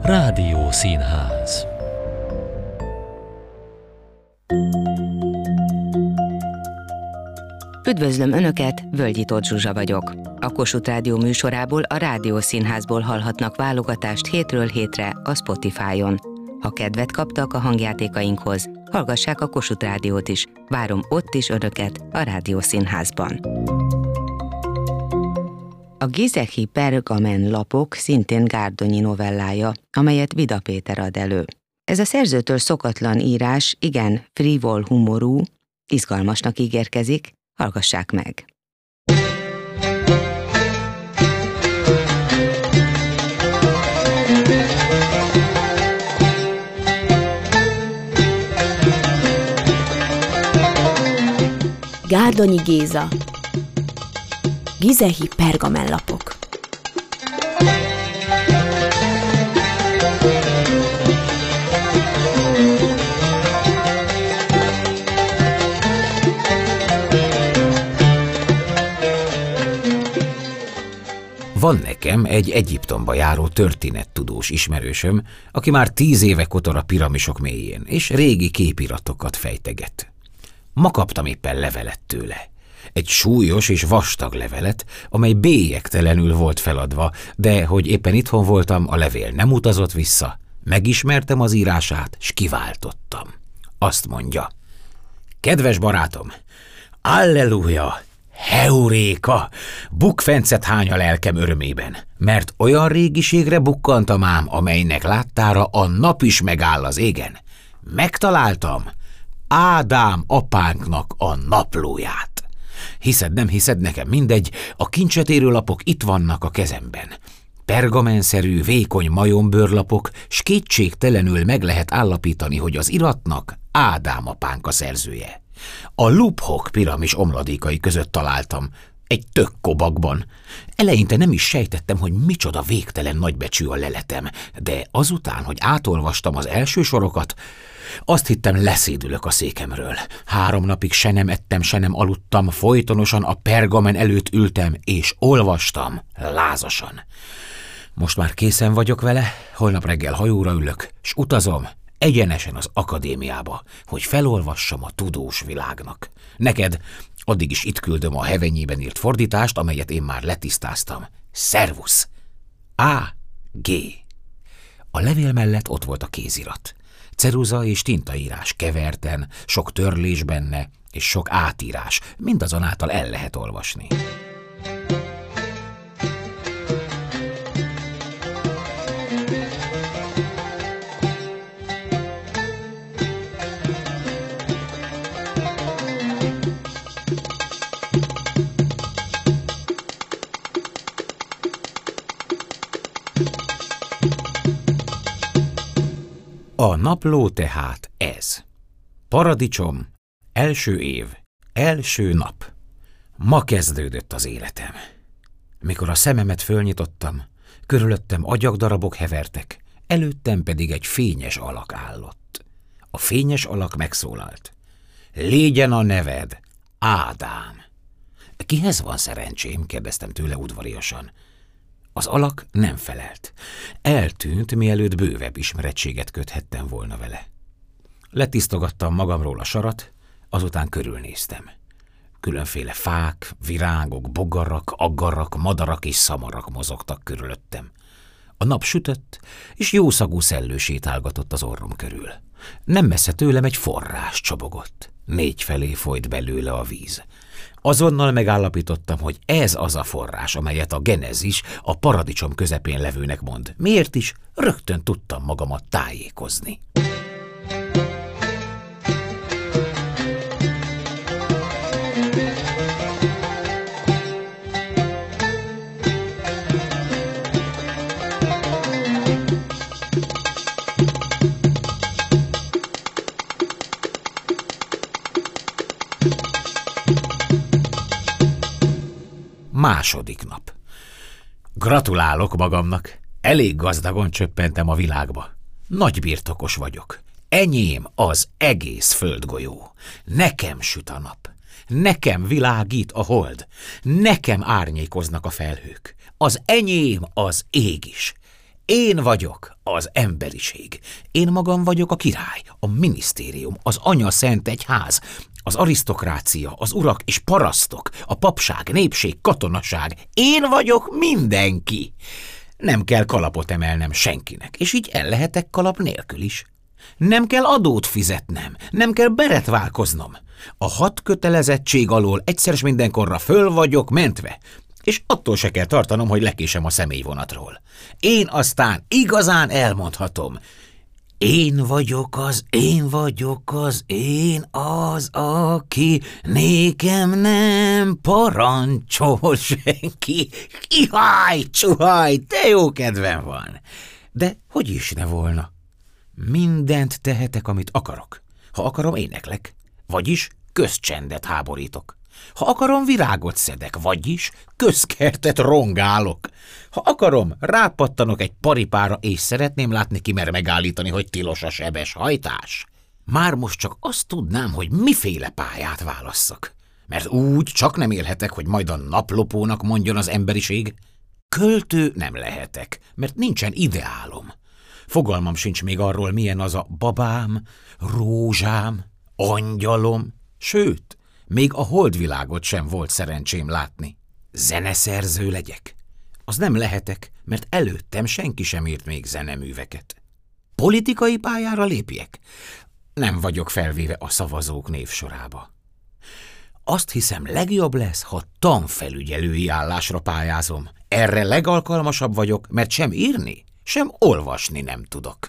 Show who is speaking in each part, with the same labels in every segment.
Speaker 1: Rádiószínház.
Speaker 2: Üdvözlöm Önöket, Völgyi Tóth Zsuzsa vagyok. A Kossuth Rádió műsorából, a Rádiószínházból hallhatnak válogatást hétről hétre a Spotify-on. Ha kedvet kaptak a hangjátékainkhoz, hallgassák a Kossuth Rádiót is. Várom ott is Önöket a Rádiószínházban. A Giesecke Pergamen lapok szintén Gárdonyi novellája, amelyet Vida Péter ad elő. Ez a szerzőtől szokatlan írás, igen frivol humorú, izgalmasnak ígérkezik, hallgassák meg!
Speaker 3: Gárdonyi Géza. Giesecke Pergamen lapok.
Speaker 4: Van nekem egy Egyiptomba járó történettudós ismerősöm, aki már 10 éve kotor a piramisok mélyén, és régi képiratokat fejteget. Ma kaptam éppen levelet tőle. Egy súlyos és vastag levelet, amely bélyegtelenül volt feladva, de hogy éppen itthon voltam, a levél nem utazott vissza. Megismertem az írását, s kiváltottam. Azt mondja: kedves barátom, alleluja, heuréka, bukfencet hány a lelkem örömében, mert olyan régiségre bukkantam ám, amelynek láttára a nap is megáll az égen. Megtaláltam Ádám apánknak a naplóját. Hiszed, nem hiszed, nekem mindegy, a kincset érő lapok itt vannak a kezemben. Pergamenszerű, vékony majombőrlapok, s kétségtelenül meg lehet állapítani, hogy az iratnak Ádám apánk a szerzője. A Loophok piramis omladékai között találtam, egy tök kobakban. Eleinte nem is sejtettem, hogy micsoda végtelen nagybecsű a leletem, de azután, hogy átolvastam az első sorokat, azt hittem, leszédülök a székemről. 3 napig se nem ettem, se nem aludtam, folytonosan a pergamen előtt ültem, és olvastam, lázasan. Most már készen vagyok vele, holnap reggel hajóra ülök, s utazom egyenesen az akadémiába, hogy felolvassam a tudós világnak. Neked addig is itt küldöm a hevenyében írt fordítást, amelyet én már letisztáztam. Szervusz! A.G. A levél mellett ott volt a kézirat. Ceruza és tintaírás keverten, sok törlés benne, és sok átírás, mindazonáltal el lehet olvasni. A napló tehát ez. Paradicsom, első év, első nap. Ma kezdődött az életem. Mikor a szememet fölnyitottam, körülöttem agyagdarabok hevertek, előttem pedig egy fényes alak állott. A fényes alak megszólalt: légyen a neved Ádám. Kihez van szerencsém? Kérdeztem tőle udvariasan. Az alak nem felelt. Eltűnt, mielőtt bővebb ismerettséget köthettem volna vele. Letisztogattam magamról a sarat, azután körülnéztem. Különféle fák, virágok, bogarak, aggarak, madarak és szamarak mozogtak körülöttem. A nap sütött, és jószagú szellő sétálgatott az orrom körül. Nem messze tőlem egy forrás csobogott. 4 felé folyt belőle a víz. Azonnal megállapítottam, hogy ez az a forrás, amelyet a Genezis a paradicsom közepén levőnek mond. Miért is? Rögtön tudtam magamat tájékozni. Második nap. Gratulálok magamnak, elég gazdagon csöppentem a világba. Nagy birtokos vagyok. Enyém az egész földgolyó. Nekem süt a nap. Nekem világít a hold. Nekem árnyékoznak a felhők. Az enyém az ég is. Én vagyok az emberiség. Én magam vagyok a király, a minisztérium, az anya szent egyház, az arisztokrácia, az urak és parasztok, a papság, népség, katonaság. Én vagyok mindenki. Nem kell kalapot emelnem senkinek, és így el lehetek kalap nélkül is. Nem kell adót fizetnem, nem kell beretválkoznom. A 6 kötelezettség alól egyszer s mindenkorra föl vagyok mentve, és attól se kell tartanom, hogy lekésem a személyvonatról. Én aztán igazán elmondhatom, én vagyok az, aki nékem nem parancsol senki. Ihaj, csuhaj, de jó kedvem van. De hogy is ne volna? Mindent tehetek, amit akarok. Ha akarom, éneklek, vagyis közcsendet háborítok. Ha akarom, virágot szedek, vagyis közkertet rongálok. Ha akarom, rápattanok egy paripára, és szeretném látni, ki mer megállítani, hogy tilos a sebes hajtás. Már most csak azt tudnám, hogy miféle pályát válasszak. Mert úgy csak nem élhetek, hogy majd a naplopónak mondjon az emberiség. Költő nem lehetek, mert nincsen ideálom. Fogalmam sincs még arról, milyen az a babám, rózsám, angyalom, sőt, még a holdvilágot sem volt szerencsém látni. Zeneszerző legyek? Az nem lehetek, mert előttem senki sem írt még zeneműveket. Politikai pályára lépjek? Nem vagyok felvéve a szavazók névsorába. Azt hiszem, legjobb lesz, ha tanfelügyelői állásra pályázom. Erre legalkalmasabb vagyok, mert sem írni, sem olvasni nem tudok.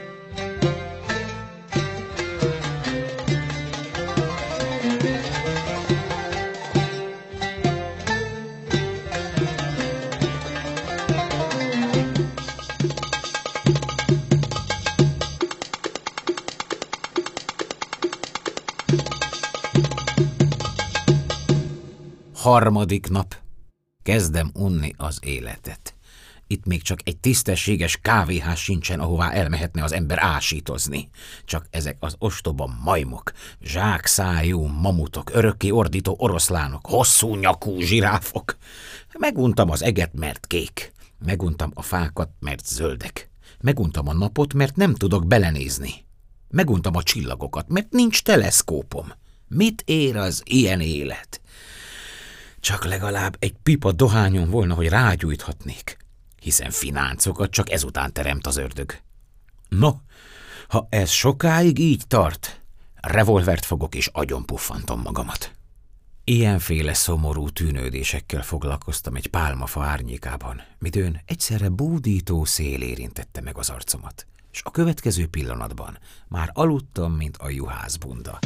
Speaker 4: Harmadik nap. Kezdem unni az életet. Itt még csak egy tisztességes kávéház sincsen, ahová elmehetne az ember ásítozni. Csak ezek az ostoba majmok, zsákszájú mamutok, örökké ordító oroszlánok, hosszú nyakú zsiráfok. Meguntam az eget, mert kék. Meguntam a fákat, mert zöldek. Meguntam a napot, mert nem tudok belenézni. Meguntam a csillagokat, mert nincs teleszkópom. Mit ér az ilyen élet? Csak legalább egy pipa dohányon volna, hogy rágyújthatnék, hiszen fináncokat csak ezután teremt az ördög. No, ha ez sokáig így tart, revolvert fogok és agyonpuffantom magamat. Ilyenféle szomorú tűnődésekkel foglalkoztam egy pálmafa árnyékában, midőn egyszerre búdító szél érintette meg az arcomat, és a következő pillanatban már aludtam, mint a juhászbunda.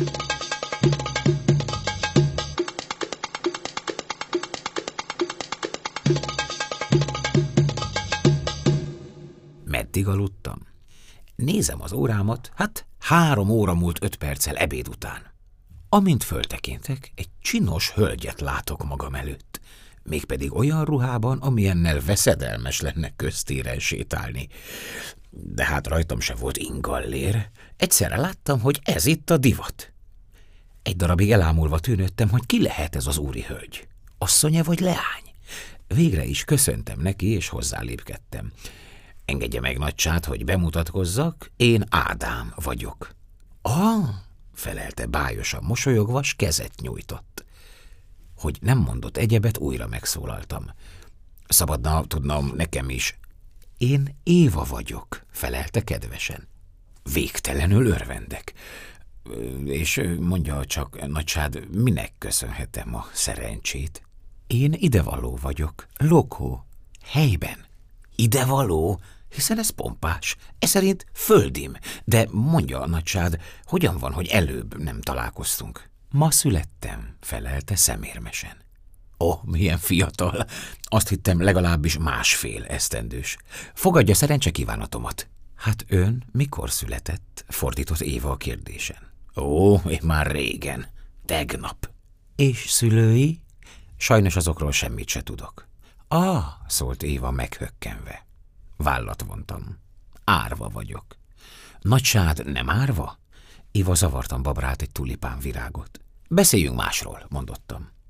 Speaker 4: Meddig aludtam? Nézem az órámat, hát 3 óra múlt 5 perccel ebéd után. Amint föltekintek, egy csinos hölgyet látok magam előtt, mégpedig olyan ruhában, amilyennel veszedelmes lenne köztéren sétálni. De hát rajtam se volt ingallér. Egyszerre láttam, hogy ez itt a divat. Egy darabig elámulva tűnődtem, hogy ki lehet ez az úri hölgy. Asszonya vagy leány? Végre is köszöntem neki, és hozzálépkedtem. Engedje meg, nagycsát, hogy bemutatkozzak, én Ádám vagyok. Felelte bájosan mosolyogva, s kezet nyújtott. Hogy nem mondott egyebet, újra megszólaltam. Szabadna tudnom nekem is. Én Éva vagyok, felelte kedvesen. Végtelenül örvendek. És mondja csak, nagysád, minek köszönhetem a szerencsét? Én idevaló vagyok, lokó, helyben. Idevaló? Hiszen ez pompás, ez szerint földim. De mondja, nagysád, hogyan van, hogy előbb nem találkoztunk? Ma születtem, felelte szemérmesen. Milyen fiatal. Azt hittem legalábbis 1,5 esztendős. Fogadja szerencsekívánatomat. Hát ön mikor született? Fordított Éva a kérdésen. Én már régen. Tegnap. És szülői? Sajnos azokról semmit se tudok. Szólt Éva meghökkenve. Vállat vontam. Árva vagyok. Nagysád nem árva? Éva zavartan babrált egy tulipán virágot. Beszéljünk másról, mondottam.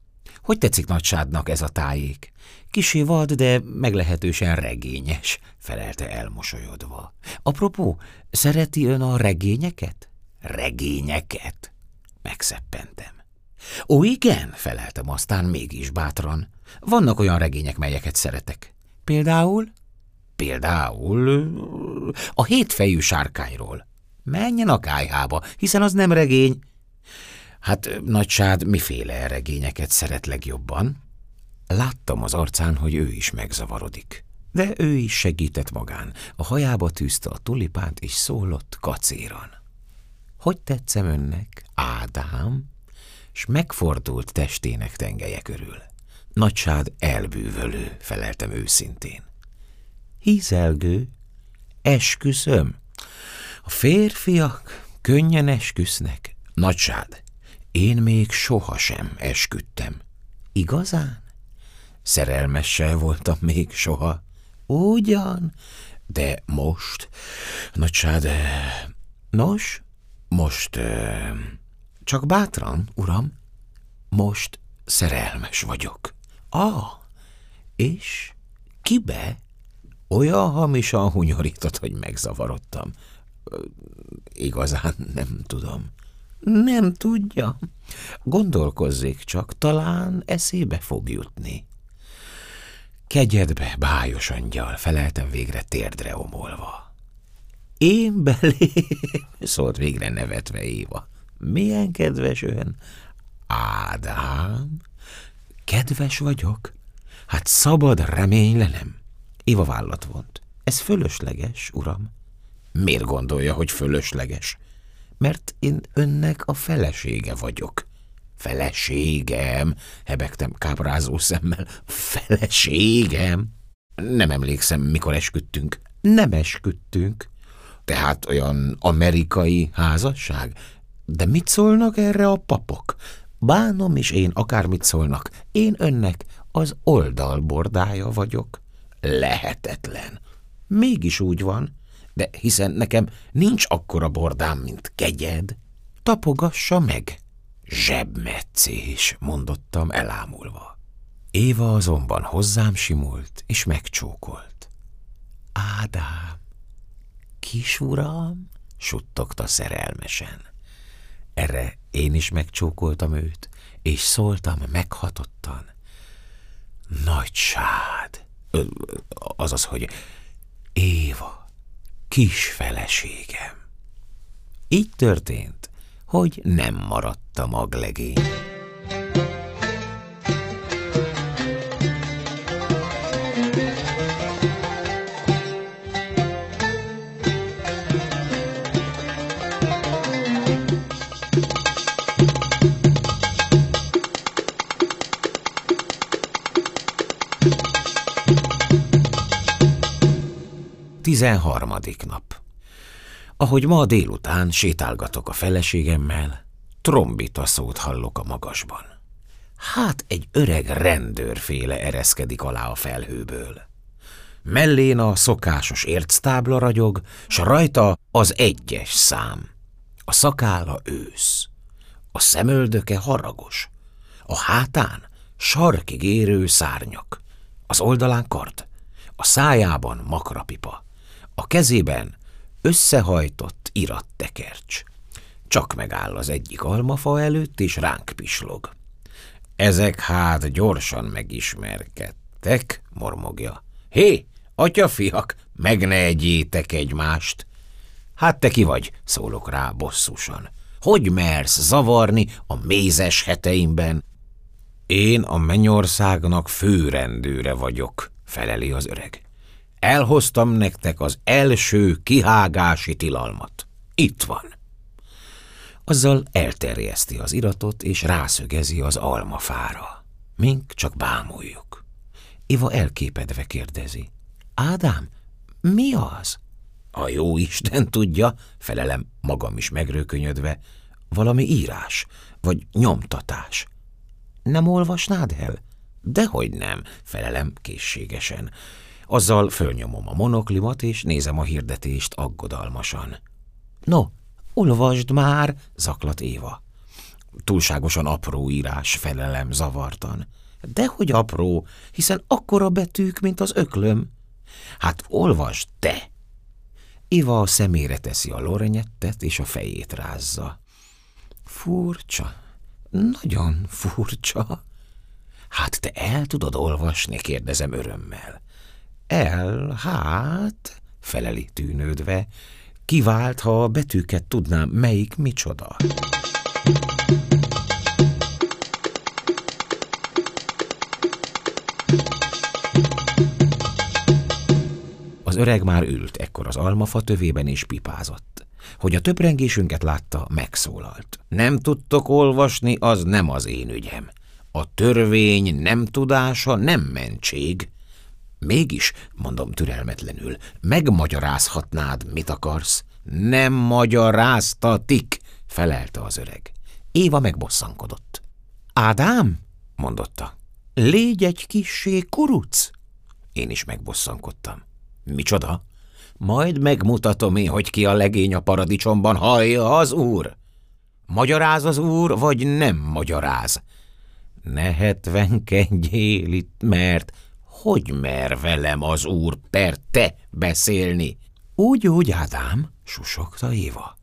Speaker 4: Hogy tetszik nagysádnak ez a tájék? Kissé vad, de meglehetősen regényes, felelte elmosolyodva. Apropó, szereti ön a regényeket? Regényeket? Megszeppentem. Ó, igen, feleltem aztán mégis bátran. Vannak olyan regények, melyeket szeretek. Például? Például a hétfejű sárkányról. Menjen a kályhába, hiszen az nem regény. Hát, nagysád, miféle regényeket szeret legjobban? Láttam az arcán, hogy ő is megzavarodik. De ő is segített magán. A hajába tűzte a tulipánt, és szólott kacéran. Hogy tetszem önnek, Ádám? S megfordult testének tengelye körül. Nagysád elbűvölő, feleltem őszintén. Hízelgő, esküszöm. A férfiak könnyen esküsznek. Nagysád, én még sohasem esküdtem. Igazán? Szerelmessel voltam még soha. Ugyan, de most, nagysád, nos, most, csak bátran, uram, most szerelmes vagyok. És kibe? Olyan hamisan hunyorított, hogy megzavarodtam. Igazán nem tudom. Nem tudja? Gondolkozzék csak, talán eszébe fog jutni. Kegyedbe, bájos angyal, feleltem végre térdre omolva. Én belé, szólt végre nevetve Éva. Milyen kedves ön? Ádám, kedves vagyok? Hát szabad reménylenem. Éva vállat vont. Ez fölösleges, uram. Miért gondolja, hogy fölösleges? Mert én önnek a felesége vagyok. Feleségem, hebegtem káprázó szemmel. Feleségem? Nem emlékszem, mikor esküdtünk. Nem esküdtünk. Tehát olyan amerikai házasság? De mit szólnak erre a papok? Bánom is én, akármit szólnak. Én önnek az oldalbordája vagyok. Lehetetlen. Mégis úgy van, de hiszen nekem nincs akkora bordám, mint kegyed. Tapogassa meg. Zsebmetszés, mondottam elámulva. Éva azonban hozzám simult, és megcsókolt. Ádám, kisuram, suttogta szerelmesen. Erre én is megcsókoltam őt, és szóltam meghatottan. Nagysád, azaz, hogy Éva, kis feleségem. Így történt, hogy nem maradt a maglegény. Tizenharmadik nap. Ahogy ma délután sétálgatok a feleségemmel, trombita szót hallok a magasban. Hát egy öreg rendőrféle ereszkedik alá a felhőből. Mellén a szokásos érctábla ragyog, s rajta az 1-es szám. A szakálla ősz, a szemöldöke haragos, a hátán sarkig érő szárnyak, az oldalán kard, a szájában makrapipa, a kezében összehajtott irattekercs. Csak megáll az egyik almafa előtt, és ránk pislog. Ezek hát gyorsan megismerkedtek, mormogja. Hé, atyafiak, meg ne egyétek egymást! Hát te ki vagy? Szólok rá bosszusan. Hogy mersz zavarni a mézes heteimben? Én a mennyországnak főrendőre vagyok, feleli az öreg. Elhoztam nektek az első kihágási tilalmat. Itt van. Azzal elterjeszti az iratot, és rászögezi az almafára. Mink csak bámuljuk. Éva elképedve kérdezi. Ádám, mi az? A jó Isten tudja, felelem magam is megrőkönyödve, valami írás, vagy nyomtatás. Nem olvasnád el? Dehogy nem, felelem készségesen. Azzal fölnyomom a monoklimat, és nézem a hirdetést aggodalmasan. No, olvasd már, zaklat Éva. túlságosan apró írás, felelem zavartan. Dehogy apró, hiszen akkora betűk, mint az öklöm. Hát olvasd te! Éva a szemére teszi a lornyettet, és a fejét rázza. Furcsa, nagyon furcsa. Hát te el tudod olvasni, kérdezem örömmel. Hát, feleli tűnődve, kivált, ha a betűket tudnám, melyik micsoda. Az öreg már ült ekkor az almafa tövében és pipázott. Hogy a töprengésünket látta, megszólalt. Nem tudtok olvasni, az nem az én ügyem. A törvény nem tudása nem mentség. Mégis, mondom türelmetlenül, megmagyarázhatnád, mit akarsz. Nem magyaráztatik, felelte az öreg. Éva megbosszankodott. Ádám, mondotta, légy egy kissé kuruc. Én is megbosszankodtam. Micsoda? Majd megmutatom én, hogy ki a legény a paradicsomban, hallja az úr. Magyaráz az úr, vagy nem magyaráz? Ne hetvenkedjél itt, mert hogy mer velem az úr per te beszélni? Úgy, Ádám, susogta Éva.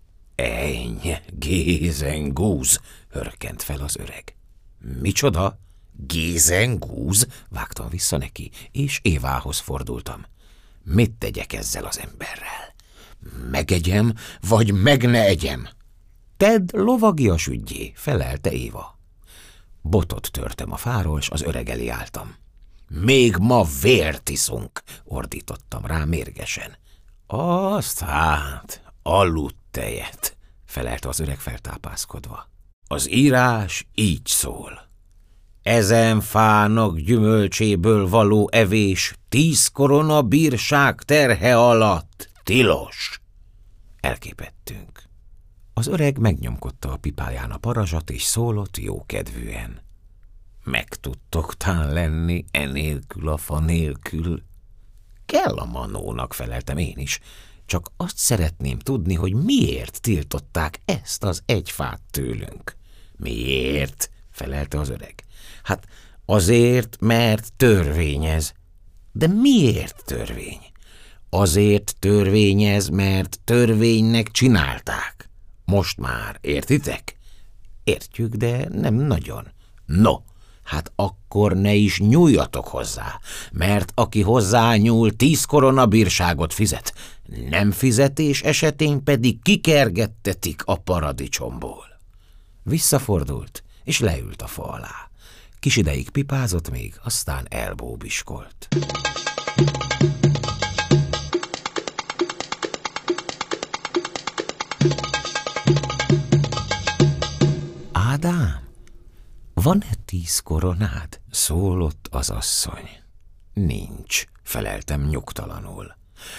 Speaker 4: Eny, gézengúz, hörkent fel az öreg. Micsoda? Gézengúz? Vágtam vissza neki, és Évához fordultam. Mit tegyek ezzel az emberrel? Megegyem, vagy meg ne egyem? Tedd lovagias üggyé, felelte Éva. Botot törtem a fáról, s az öreg elé álltam. Még ma vért iszunk, ordítottam rá mérgesen. Azt hát, aludt tejet, felelte az öreg feltápászkodva. Az írás így szól. Ezen fának gyümölcséből való evés 10 korona bírság terhe alatt tilos. Elképettünk. Az öreg megnyomkodta a pipáján a parazsat, és szólott jókedvűen. Meg tudtok tán lenni enélkül a fa nélkül? Kell a manónak, feleltem én is. Csak azt szeretném tudni, hogy miért tiltották ezt az egy fát tőlünk. Miért? Felelte az öreg. Hát azért, mert törvényez. De miért törvény? Azért törvényez, mert törvénynek csinálták. Most már, értitek? Értjük, de nem nagyon. No, hát akkor ne is nyúljatok hozzá, mert aki hozzá nyúl 10 korona bírságot fizet, nem fizetés esetén pedig kikergettetik a paradicsomból. Visszafordult, és leült a fa alá. Kis ideig pipázott még, aztán elbóbiskolt. Ádám, van-e 10 koronád? Szólott az asszony. Nincs, feleltem nyugtalanul.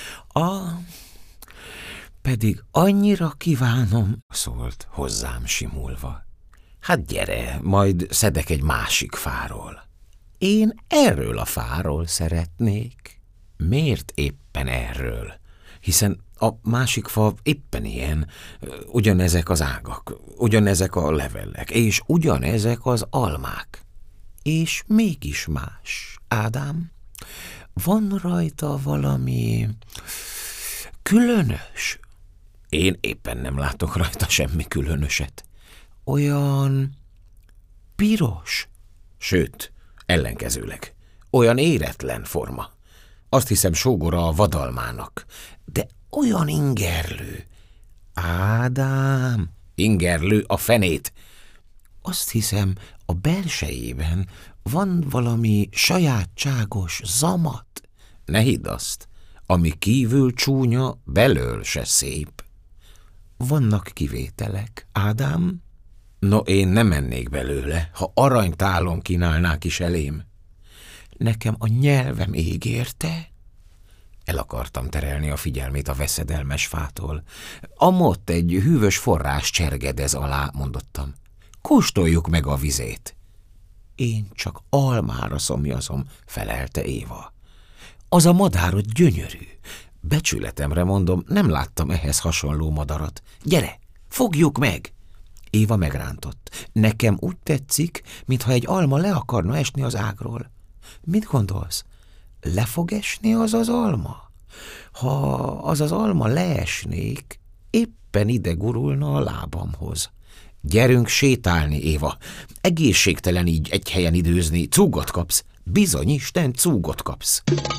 Speaker 4: Pedig annyira kívánom, szólt hozzám simulva. Hát gyere, majd szedek egy másik fáról. Én erről a fáról szeretnék. Miért éppen erről? Hiszen a másik fa éppen ilyen, ugyanezek az ágak, ugyanezek a levelek, és ugyanezek az almák. És mégis más, Ádám. Van rajta valami különös? Én éppen nem látok rajta semmi különöset. Olyan piros, sőt, ellenkezőleg, olyan éretlen forma. Azt hiszem sógora a vadalmának, de olyan ingerlő. Ádám, ingerlő a fenét. Azt hiszem, a belsejében van valami sajátságos zamat. Ne hidd azt, ami kívül csúnya, belől se szép. Vannak kivételek, Ádám? No, én nem mennék belőle, ha aranytálon kínálnák is elém. Nekem a nyelvem ég érte? El akartam terelni a figyelmét a veszedelmes fától. Amott egy hűvös forrás csergedez alá, mondottam. Kóstoljuk meg a vizét. Én csak almára szomjazom, felelte Éva. Az a madárod gyönyörű. Becsületemre mondom, nem láttam ehhez hasonló madarat. Gyere, fogjuk meg! Éva megrántott. Nekem úgy tetszik, mintha egy alma le akarna esni az ágról. Mit gondolsz? Le fog esni az az alma? Ha az az alma leesnék, éppen ide gurulna a lábamhoz. Gyerünk sétálni, Éva. Egészségtelen így egy helyen időzni. Cúgot kapsz. Bizony Isten, cúgot kapsz.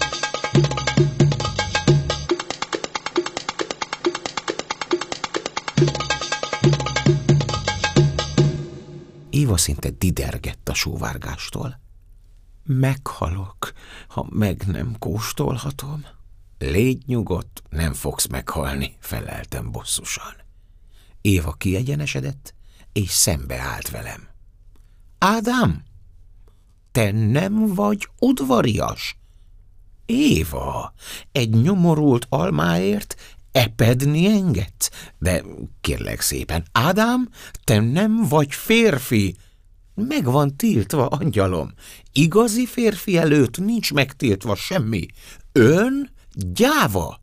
Speaker 4: Éva szinte didergett a sóvárgástól. Meghalok, ha meg nem kóstolhatom. Légy nyugodt, nem fogsz meghalni, feleltem bosszusan. Éva kiegyenesedett, és szembe állt velem. Ádám, te nem vagy udvarias? Éva, egy nyomorult almáért epedni engedsz? De kérlek szépen, Ádám, te nem vagy férfi. Meg van tiltva, angyalom. Igazi férfi előtt nincs megtiltva semmi. Ön gyáva.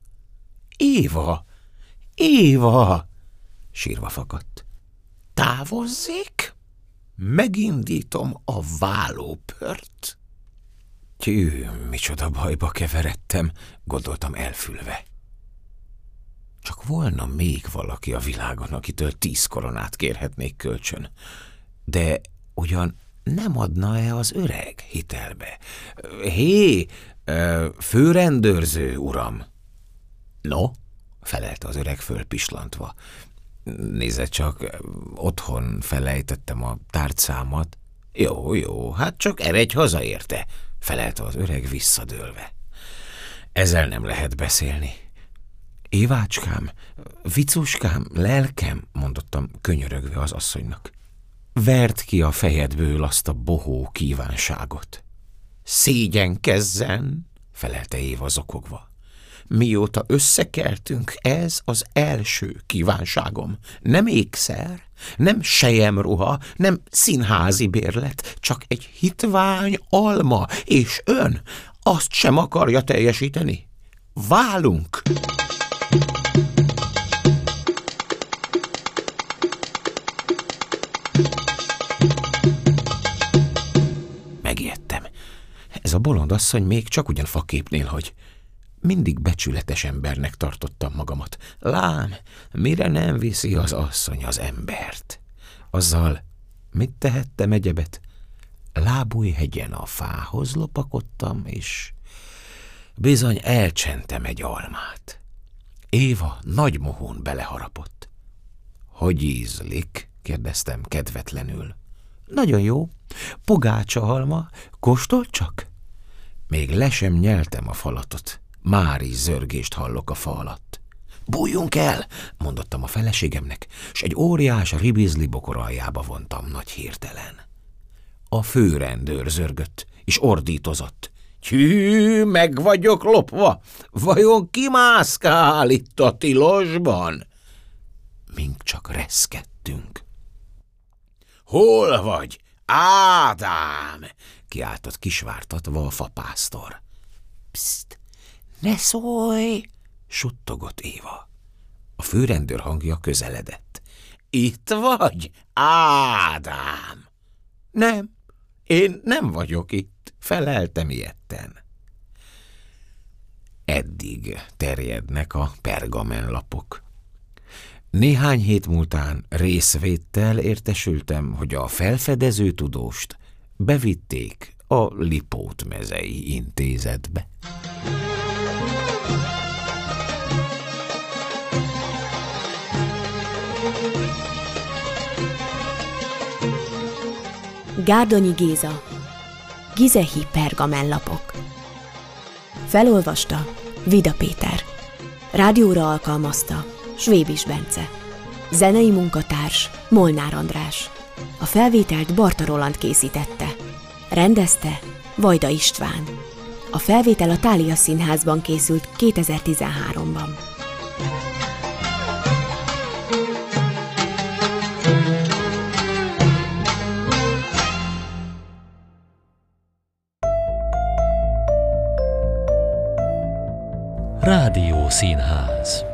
Speaker 4: Éva, sírva fakadt. Távozzék? Megindítom a vállópört. Tyű, micsoda bajba keveredtem, gondoltam elfülve. Csak volna még valaki a világon, akitől 10 koronát kérhetnék kölcsön. De ugyan nem adna-e az öreg hitelbe? Hé, főrendőrző, uram! No, felelte az öreg fölpislantva. Nézze csak, otthon felejtettem a tárcámat. Jó, hát csak eredj haza érte, felelte az öreg visszadőlve. Ezzel nem lehet beszélni. Évácskám, vicuskám, lelkem, mondottam könyörögve az asszonynak. Verd ki a fejedből azt a bohó kívánságot. Szégyenkezzen, felelte Éva zokogva. Mióta összekeltünk, ez az első kívánságom. Nem ékszer, nem selyemruha, nem színházi bérlet, csak egy hitvány alma, és ön azt sem akarja teljesíteni. Válunk! Megijedtem. Ez a bolond asszony még csak ugyan faképnél, hogy mindig becsületes embernek tartottam magamat. Lám, mire nem viszi az asszony az embert? Azzal mit tehettem egyebet? Lábújhegyen a fához lopakodtam, és bizony elcsentem egy almát. Éva nagy mohón beleharapott. Hogy ízlik? Kérdeztem kedvetlenül. Nagyon jó. Pogácsa alma, kóstold csak? Még le sem nyeltem a falatot. Már is zörgést hallok a fa alatt. Bújjunk el, mondottam a feleségemnek, s egy óriás ribizli bokor aljába vontam nagy hirtelen. A főrendőr zörgött, és ordítozott. Hű, meg vagyok lopva! Vajon ki mászkál itt a tilosban? Mink csak reszkedtünk. Hol vagy? Ádám! Kiáltott kisvártatva a fapásztor. Pszt! Ne szólj! Suttogott Éva. A főrendőr hangja közeledett. Itt vagy, Ádám? Nem, én nem vagyok itt, feleltem ijedten. Eddig terjednek a pergamenlapok. Néhány hét múltán részvéttel értesültem, hogy a felfedező tudóst bevitték a Lipót mezei intézetbe.
Speaker 1: Gárdonyi Géza. Gizehi pergamenlapok. Felolvasta Vida Péter. Rádióra alkalmazta Svébis Bence. Zenei munkatárs Molnár András. A felvételt Barta Roland készítette. Rendezte Vajda István. A felvétel a Thália Színházban készült 2013-ban.
Speaker 3: Rádió Színház.